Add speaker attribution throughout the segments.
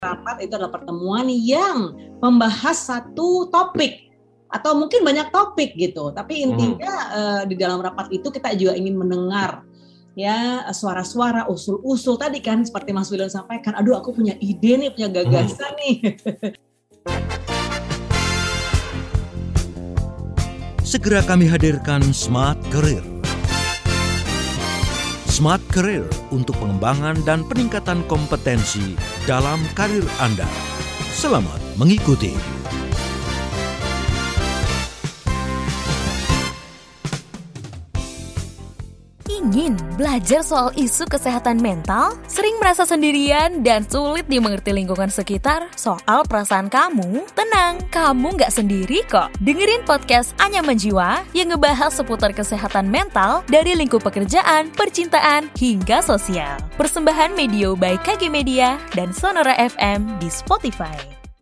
Speaker 1: Rapat itu adalah pertemuan yang membahas satu topik atau mungkin banyak topik gitu. Tapi intinya di dalam rapat itu kita juga ingin mendengar ya suara-suara, usul-usul tadi kan seperti Mas William sampaikan. Aduh, aku punya ide nih, punya gagasan nih.
Speaker 2: Segera kami hadirkan Smart Career. Smart Career untuk pengembangan dan peningkatan kompetensi dalam karir Anda. Selamat mengikuti.
Speaker 3: Ingin belajar soal isu kesehatan mental, sering merasa sendirian dan sulit dimengerti lingkungan sekitar soal perasaan kamu? Tenang, kamu nggak sendiri kok. Dengerin podcast Anyaman Jiwa yang ngebahas seputar kesehatan mental dari lingkup pekerjaan, percintaan, hingga sosial. Persembahan Medio by KG Media dan Sonora FM di Spotify.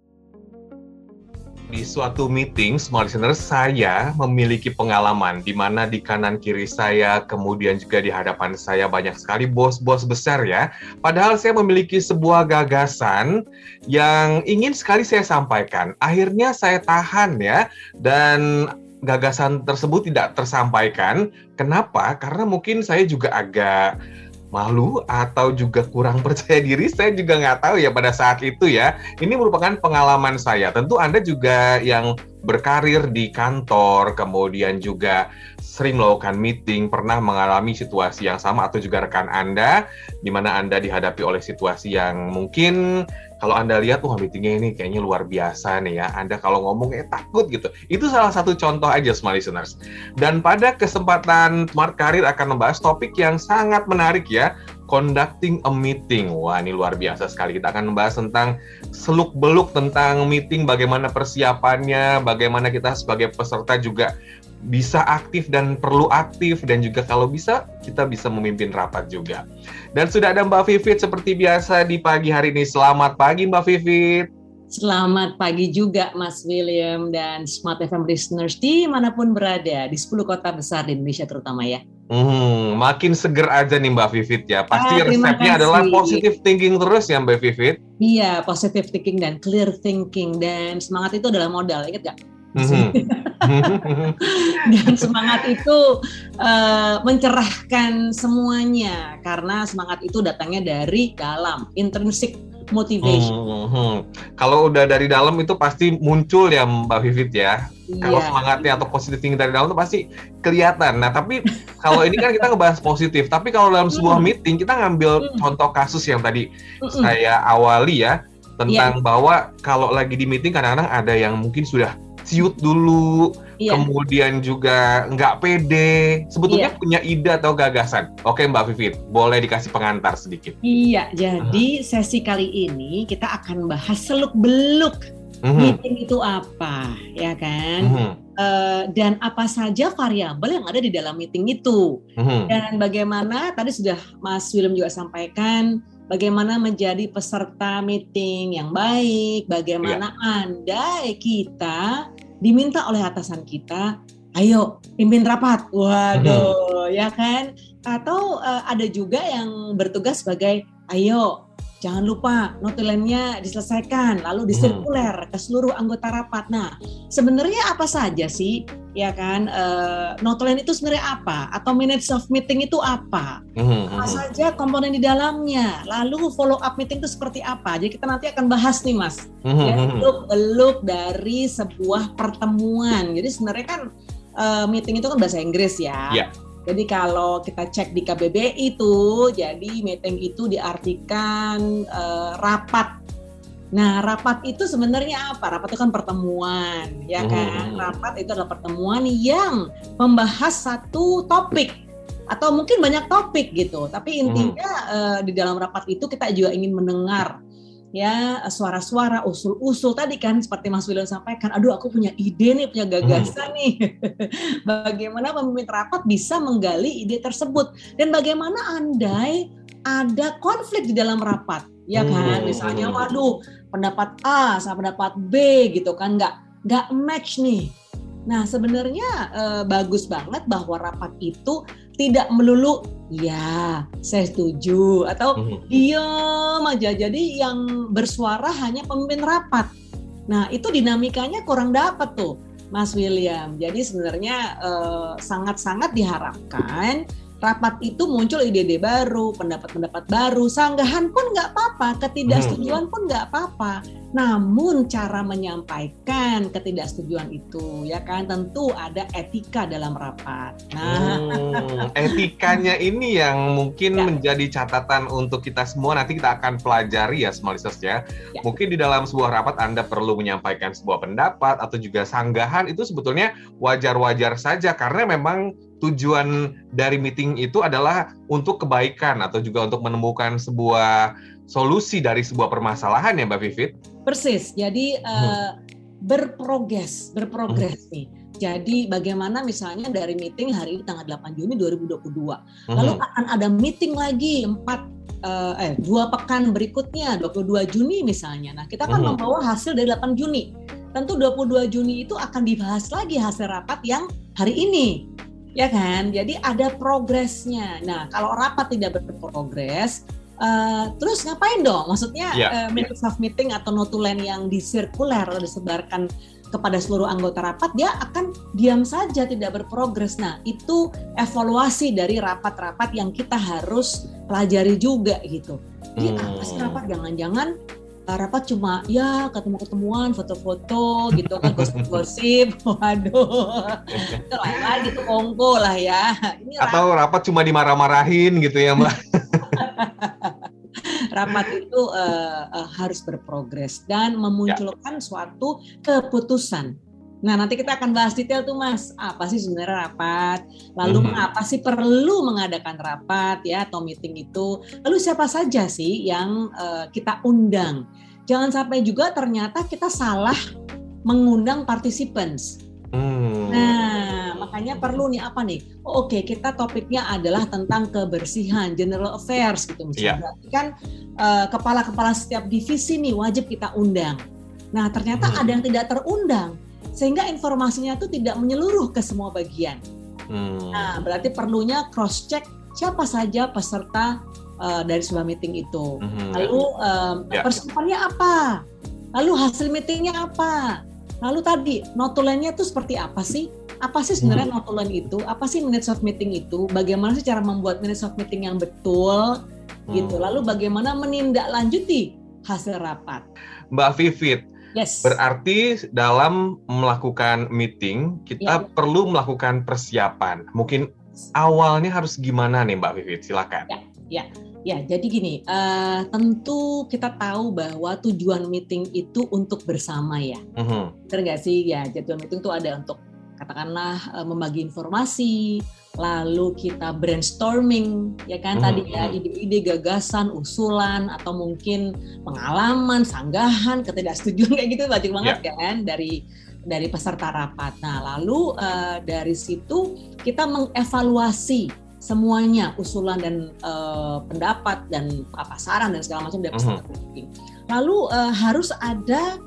Speaker 4: Di suatu meeting, smart listener, saya memiliki pengalaman di mana di kanan kiri saya, kemudian juga di hadapan saya banyak sekali bos-bos besar ya. Padahal saya memiliki sebuah gagasan yang ingin sekali saya sampaikan. Akhirnya saya tahan ya, dan gagasan tersebut tidak tersampaikan. Kenapa? Karena mungkin saya juga agak malu atau juga kurang percaya diri, saya juga nggak tahu ya pada saat itu ya. Ini merupakan pengalaman saya. Tentu Anda juga yang berkarir di kantor, kemudian juga sering melakukan meeting, pernah mengalami situasi yang sama atau juga rekan Anda, di mana Anda dihadapi oleh situasi yang mungkin kalau Anda lihat, meetingnya ini kayaknya luar biasa nih ya. Anda kalau ngomong takut gitu. Itu salah satu contoh aja, smart listeners. Dan pada kesempatan Smart Career akan membahas topik yang sangat menarik ya. Conducting a meeting. Wah, ini luar biasa sekali. Kita akan membahas tentang seluk-beluk tentang meeting, bagaimana persiapannya, bagaimana kita sebagai peserta juga bisa aktif dan perlu aktif, dan juga kalau bisa kita bisa memimpin rapat juga. Dan sudah ada Mbak Vivit seperti biasa di pagi hari ini. Selamat pagi Mbak Vivit.
Speaker 1: Selamat pagi juga Mas William dan Smart FM listeners dimanapun berada di 10 kota besar di Indonesia terutama ya.
Speaker 4: Makin seger aja nih Mbak Vivit ya. Pasti resepnya adalah positive thinking terus ya Mbak Vivit.
Speaker 1: Iya, positive thinking dan clear thinking, dan semangat itu adalah modal, ingat gak? Dan semangat itu mencerahkan semuanya, karena semangat itu datangnya dari dalam, intrinsic motivation.
Speaker 4: Kalau udah dari dalam itu pasti muncul ya Mbak Vivit ya.
Speaker 1: Iya.
Speaker 4: Kalau semangatnya atau positif tinggi dari dalam itu pasti kelihatan. Nah tapi kalau ini kan kita ngebahas positif, tapi kalau dalam sebuah meeting kita ngambil contoh kasus yang tadi saya awali ya, tentang bahwa kalau lagi di meeting kadang-kadang ada yang mungkin sudah ciut dulu, kemudian juga nggak pede, sebetulnya punya ide atau gagasan. Oke Mbak Vivit, boleh dikasih pengantar sedikit?
Speaker 1: Iya, jadi sesi kali ini kita akan bahas seluk-beluk meeting itu apa, ya kan? Dan apa saja variabel yang ada di dalam meeting itu. Dan bagaimana, tadi sudah Mas William juga sampaikan, bagaimana menjadi peserta meeting yang baik, bagaimana andai kita diminta oleh atasan kita, ayo pimpin rapat, waduh, ya kan? Atau ada juga yang bertugas sebagai, ayo jangan lupa notulennya diselesaikan, lalu disirkuler ke seluruh anggota rapat. Nah, sebenarnya apa saja sih, ya kan? Notulen itu sebenarnya apa? Atau minutes of meeting itu apa? Apa saja komponen di dalamnya? Lalu follow up meeting itu seperti apa? Jadi kita nanti akan bahas nih Mas, seluk-beluk dari sebuah pertemuan. Jadi sebenarnya kan meeting itu kan bahasa Inggris ya. Jadi kalau kita cek di KBBI itu, jadi meeting itu diartikan rapat. Nah, rapat itu sebenarnya apa? Rapat itu kan pertemuan, ya kan? Rapat itu adalah pertemuan yang membahas satu topik atau mungkin banyak topik gitu. Tapi intinya di dalam rapat itu kita juga ingin mendengar ya suara-suara, usul-usul tadi kan seperti Mas William sampaikan. Aduh, aku punya ide nih, punya gagasan nih. Bagaimana pemimpin rapat bisa menggali ide tersebut, dan bagaimana andai ada konflik di dalam rapat, ya kan? Misalnya, waduh, pendapat A sama pendapat B gitu kan nggak match nih. Nah, sebenarnya bagus banget bahwa rapat itu tidak melulu ya saya setuju atau diam aja. Jadi yang bersuara hanya pemimpin rapat. Nah, itu dinamikanya kurang dapat tuh, Mas William. Jadi sebenarnya sangat-sangat diharapkan rapat itu muncul ide-ide baru, pendapat-pendapat baru, sanggahan pun nggak apa-apa, ketidaksetujuan pun nggak apa-apa. Namun cara menyampaikan ketidaksetujuan itu, ya kan, tentu ada etika dalam rapat. Nah,
Speaker 4: etikanya ini yang mungkin menjadi catatan untuk kita semua. Nanti kita akan pelajari ya, small listeners ya. Mungkin di dalam sebuah rapat Anda perlu menyampaikan sebuah pendapat atau juga sanggahan, itu sebetulnya wajar-wajar saja karena memang tujuan dari meeting itu adalah untuk kebaikan atau juga untuk menemukan sebuah solusi dari sebuah permasalahan ya Mbak Vivit?
Speaker 1: Persis, jadi berprogres nih. Jadi bagaimana misalnya dari meeting hari ini tanggal 8 Juni 2022, lalu akan ada meeting lagi 2 pekan berikutnya 22 Juni misalnya. Nah, kita kan membawa hasil dari 8 Juni. Tentu 22 Juni itu akan dibahas lagi hasil rapat yang hari ini. Ya kan, jadi ada progresnya. Nah, kalau rapat tidak berprogres, terus ngapain dong? Maksudnya minutes of meeting atau notulen yang disirkuler atau disebarkan kepada seluruh anggota rapat, dia akan diam saja, tidak berprogres. Nah, itu evaluasi dari rapat-rapat yang kita harus pelajari juga gitu. Jadi apa sih rapat? Jangan-jangan rapat cuma ya ketemu-ketemuan, foto-foto gitu kan, gosip-gosip, waduh, itu lain lagi tuh kongko lah ya. Ini
Speaker 4: atau rapat cuma dimarah-marahin gitu ya Mbak.
Speaker 1: Rapat itu harus berprogres dan memunculkan suatu keputusan. Nah, nanti kita akan bahas detail tuh Mas, apa sih sebenarnya rapat, lalu mengapa sih perlu mengadakan rapat ya atau meeting itu, lalu siapa saja sih yang kita undang. Jangan sampai juga ternyata kita salah mengundang participants. Nah, makanya perlu nih apa nih? Oke, kita topiknya adalah tentang kebersihan, general affairs gitu misalnya. Berarti kan kepala-kepala setiap divisi nih wajib kita undang. Nah, ternyata ada yang tidak terundang. Sehingga informasinya itu tidak menyeluruh ke semua bagian. Nah, berarti perlunya cross-check siapa saja peserta dari sebuah meeting itu. Lalu persiapannya apa? Lalu hasil meetingnya apa? Lalu tadi notulennya itu seperti apa sih? Apa sih sebenarnya notulen itu? Apa sih minutes of meeting itu? Bagaimana sih cara membuat minutes of meeting yang betul? Gitu. Lalu bagaimana menindaklanjuti hasil rapat?
Speaker 4: Mbak Vivit,
Speaker 1: yes.
Speaker 4: Berarti dalam melakukan meeting, kita perlu melakukan persiapan. Mungkin awalnya harus gimana nih Mbak Vivit? Silakan.
Speaker 1: Ya, jadi gini, tentu kita tahu bahwa tujuan meeting itu untuk bersama ya. Benar nggak sih? Ya, tujuan meeting itu ada untuk katakanlah membagi informasi, lalu kita brainstorming, ya kan tadi ya ide-ide, gagasan, usulan, atau mungkin pengalaman, sanggahan, ketidaksetujuan kayak gitu banyak banget kan dari peserta rapat. Nah, lalu dari situ kita mengevaluasi semuanya, usulan dan pendapat dan saran dan segala macam dari peserta meeting. Lalu harus ada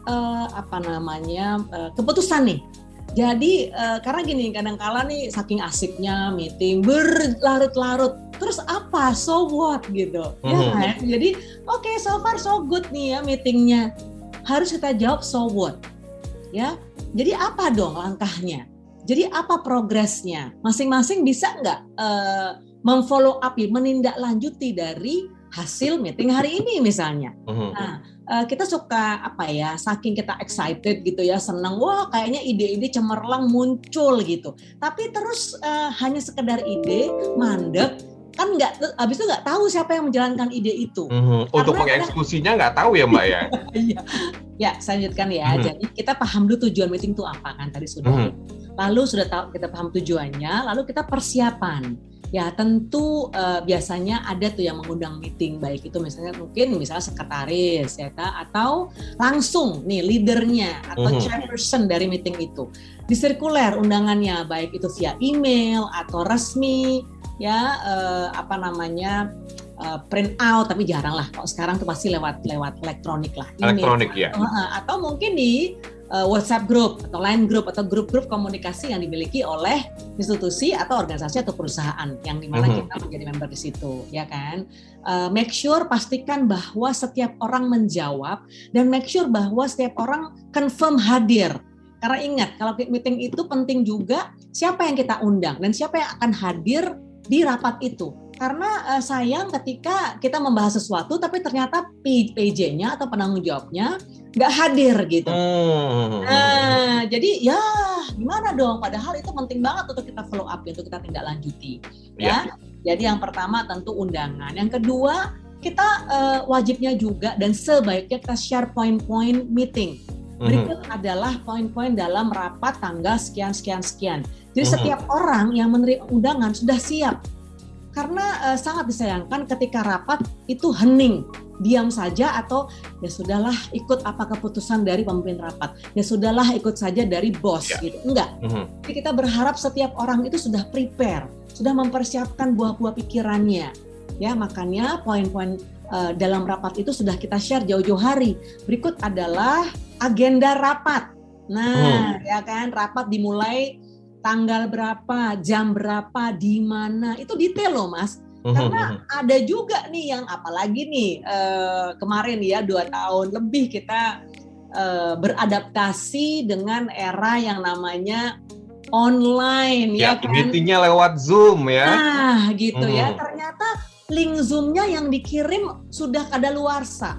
Speaker 1: keputusan nih. Jadi karena gini, kadang-kala nih saking asiknya meeting berlarut-larut, terus apa, so what gitu, ya kan? Jadi oke, so far so good nih ya meetingnya. Harus kita jawab so what, ya. Jadi apa dong langkahnya? Jadi apa progresnya? Masing-masing bisa nggak memfollow up, menindaklanjuti dari hasil meeting hari ini misalnya. Nah, kita suka saking kita excited gitu ya, senang, wah kayaknya ide-ide cemerlang muncul gitu. Tapi terus hanya sekedar ide, mandek, kan habis itu nggak tahu siapa yang menjalankan ide itu.
Speaker 4: Untuk mengeksekusinya nggak tahu ya Mbak ya?
Speaker 1: Ya, saya lanjutkan ya. Jadi kita paham dulu tujuan meeting itu apa kan tadi sudah. Lalu sudah tahu, kita paham tujuannya, lalu kita persiapan. Ya tentu biasanya ada tuh yang mengundang meeting, baik itu misalnya sekretaris ya atau langsung nih leadernya atau chairperson dari meeting itu. Disirkuler undangannya baik itu via email atau resmi ya print out, tapi jarang lah. Kalau sekarang tuh pasti lewat elektronik lah.
Speaker 4: Elektronik ya.
Speaker 1: Atau mungkin di WhatsApp group atau line group atau grup-grup komunikasi yang dimiliki oleh institusi atau organisasi atau perusahaan yang dimana kita menjadi member di situ, ya kan? Make sure pastikan bahwa setiap orang menjawab dan make sure bahwa setiap orang confirm hadir. Karena ingat, kalau meeting itu penting juga siapa yang kita undang dan siapa yang akan hadir di rapat itu. Karena sayang ketika kita membahas sesuatu tapi ternyata PJ-nya atau penanggung jawabnya nggak hadir gitu. Nah, jadi ya gimana dong? Padahal itu penting banget untuk kita follow up, untuk kita tindak lanjuti. Ya. Jadi yang pertama tentu undangan. Yang kedua kita wajibnya juga dan sebaiknya kita share poin-poin meeting. Berikut adalah poin-poin dalam rapat tanggal sekian. Jadi setiap orang yang menerima undangan sudah siap. Karena sangat disayangkan ketika rapat itu hening, diam saja atau ya sudahlah ikut apa keputusan dari pemimpin rapat, ya sudahlah ikut saja dari bos gitu. Enggak. Jadi kita berharap setiap orang itu sudah prepare, sudah mempersiapkan buah-buah pikirannya. Ya, makanya poin-poin dalam rapat itu sudah kita share jauh-jauh hari. Berikut adalah agenda rapat. Nah, ya kan, rapat dimulai tanggal berapa, jam berapa, di mana, itu detail loh Mas. Karena ada juga nih yang apalagi nih kemarin ya 2 tahun lebih kita beradaptasi dengan era yang namanya online ya kan.
Speaker 4: Meetingnya lewat Zoom ya.
Speaker 1: Nah gitu ya, ternyata link Zoom-nya yang dikirim sudah kadaluarsa.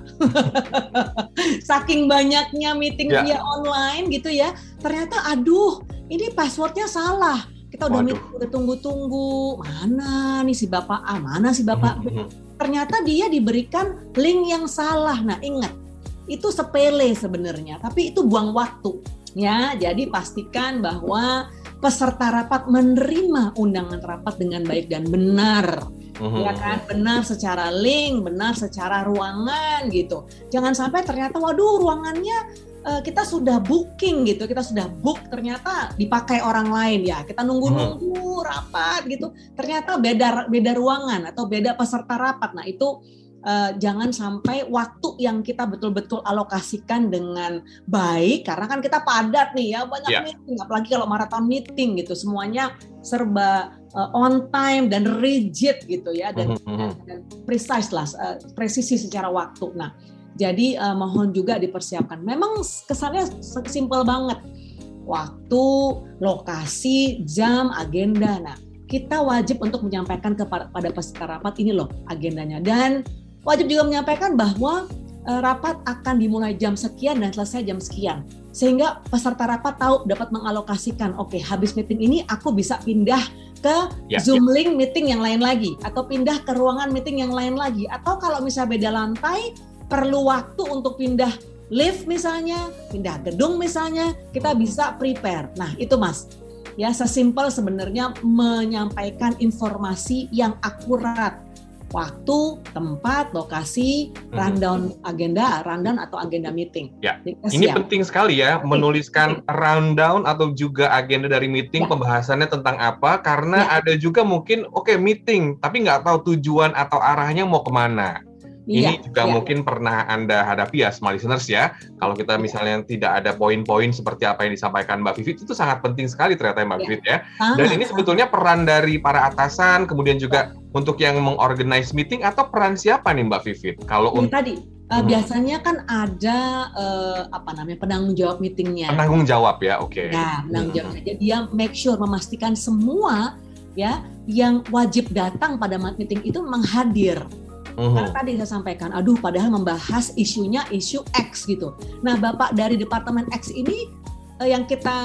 Speaker 1: Saking banyaknya meeting via online gitu ya, ternyata aduh ini passwordnya salah. Kita udah tunggu-tunggu, mana nih si Bapak A, mana si Bapak B. Ternyata dia diberikan link yang salah. Nah ingat, itu sepele sebenarnya, tapi itu buang waktu. Ya, jadi pastikan bahwa peserta rapat menerima undangan rapat dengan baik dan benar. Ya kan, benar secara link, benar secara ruangan gitu. Jangan sampai ternyata waduh ruangannya kita sudah booking gitu, kita sudah book ternyata dipakai orang lain ya. Kita nunggu rapat gitu, ternyata beda ruangan atau beda peserta rapat. Nah itu jangan sampai waktu yang kita betul-betul alokasikan dengan baik, karena kan kita padat nih ya, banyak meeting, apalagi kalau marathon meeting gitu, semuanya serba on time dan rigid gitu ya, dan precise lah, presisi secara waktu. Nah jadi mohon juga dipersiapkan. Memang kesannya simpel banget, waktu, lokasi, jam, agenda. Nah kita wajib untuk menyampaikan kepada peserta rapat ini loh agendanya, dan wajib juga menyampaikan bahwa rapat akan dimulai jam sekian dan selesai jam sekian, sehingga peserta rapat tahu dapat mengalokasikan, oke, habis meeting ini aku bisa pindah ke Zoom link meeting yang lain lagi, atau pindah ke ruangan meeting yang lain lagi, atau kalau misalnya beda lantai perlu waktu untuk pindah lift misalnya, pindah gedung misalnya, kita bisa prepare. Nah itu Mas, ya sesimpel sebenarnya menyampaikan informasi yang akurat. Waktu, tempat, lokasi, rundown agenda, rundown atau agenda meeting.
Speaker 4: Ya, ini penting sekali ya, menuliskan rundown atau juga agenda dari meeting, pembahasannya tentang apa, karena ada juga mungkin, meeting, tapi nggak tahu tujuan atau arahnya mau kemana. Ini juga mungkin pernah Anda hadapi ya, smart listeners ya. Kalau kita misalnya tidak ada poin-poin seperti apa yang disampaikan Mbak Vivit, itu sangat penting sekali ternyata Mbak Vivit ya. Dan ini sebetulnya peran dari para atasan, kemudian juga untuk yang mengorganize meeting, atau peran siapa nih Mbak Vivit? Kalau
Speaker 1: tadi biasanya kan ada penanggung jawab meetingnya.
Speaker 4: Penanggung jawab ya, oke.
Speaker 1: Ya, penanggung jawab. Jadi dia make sure memastikan semua ya yang wajib datang pada meeting itu memang hadir. Karena tadi saya sampaikan, padahal membahas isunya isu X gitu. Nah, Bapak dari Departemen X ini yang kita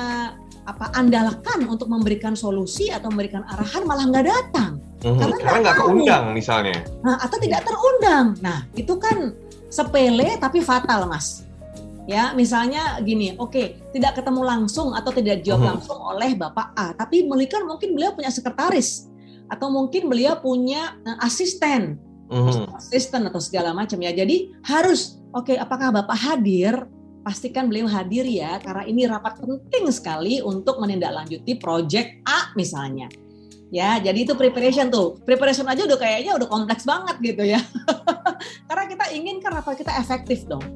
Speaker 1: andalkan untuk memberikan solusi atau memberikan arahan malah nggak datang.
Speaker 4: Karena nggak terundang misalnya.
Speaker 1: Nah, atau tidak terundang. Nah, itu kan sepele tapi fatal, Mas. Ya, misalnya gini, tidak ketemu langsung atau tidak dijawab langsung oleh Bapak A, tapi mungkin beliau punya sekretaris atau mungkin beliau punya asisten. Asisten atau segala macam ya. Jadi harus apakah Bapak hadir? Pastikan beliau hadir ya, karena ini rapat penting sekali untuk menindaklanjuti project A misalnya. Ya, jadi itu preparation tuh. Preparation aja udah kayaknya udah kompleks banget gitu ya. Karena kita inginkan rapat kita efektif dong.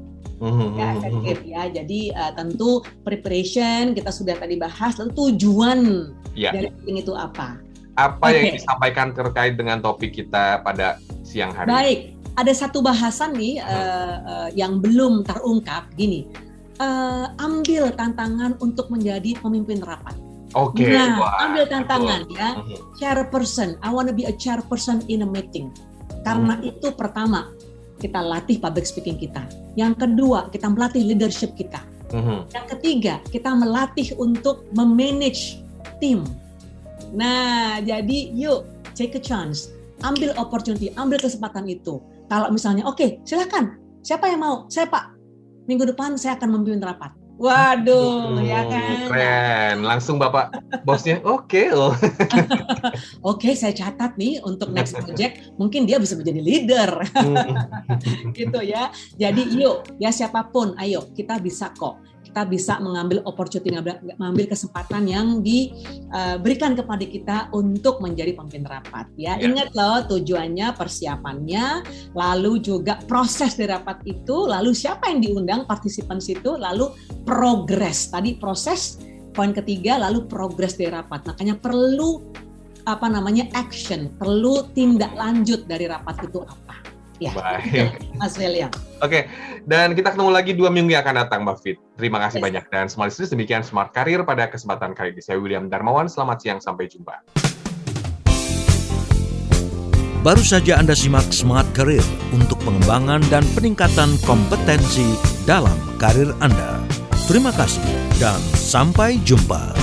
Speaker 1: Ya, efektif ya. Jadi tentu preparation kita sudah tadi bahas, lalu tujuan dari meeting itu apa?
Speaker 4: Apa yang disampaikan terkait dengan topik kita pada siang hari?
Speaker 1: Baik, ada satu bahasan nih yang belum terungkap. Gini, ambil tantangan untuk menjadi pemimpin rapat.
Speaker 4: Oke.
Speaker 1: Ambil tantangan ya. Chairperson, I want to be a chairperson in a meeting. Karena itu pertama, kita latih public speaking kita. Yang kedua, kita melatih leadership kita. Yang ketiga, kita melatih untuk memanage tim. Nah, jadi yuk take a chance, ambil opportunity, ambil kesempatan itu. Kalau misalnya, oke, silakan. Siapa yang mau? Saya Pak. Minggu depan saya akan memimpin rapat. Waduh, ya kan?
Speaker 4: Keren. Langsung Bapak bosnya, oke.
Speaker 1: Oke, saya catat nih untuk next project, mungkin dia bisa menjadi leader. Gitu ya. Jadi yuk, ya siapapun, ayo kita bisa kok. Kita bisa mengambil opportunity, mengambil kesempatan yang diberikan kepada kita untuk menjadi pemimpin rapat. Ya, ingat loh tujuannya, persiapannya, lalu juga proses di rapat itu, lalu siapa yang diundang, partisipan situ, lalu progres. Tadi proses, poin ketiga, lalu progres di rapat. Makanya perlu action, perlu tindak lanjut dari rapat itu apa? Ya,
Speaker 4: baik.
Speaker 1: Mas William.
Speaker 4: Oke, dan kita ketemu lagi 2 minggu yang akan datang, Mbak Fit. Terima kasih banyak. Dan Smart Listeners, demikian Smart Career pada kesempatan kali ini. Saya William Darmawan, selamat siang, sampai jumpa.
Speaker 2: Baru saja Anda simak Smart Career untuk pengembangan dan peningkatan kompetensi dalam karir Anda. Terima kasih dan sampai jumpa.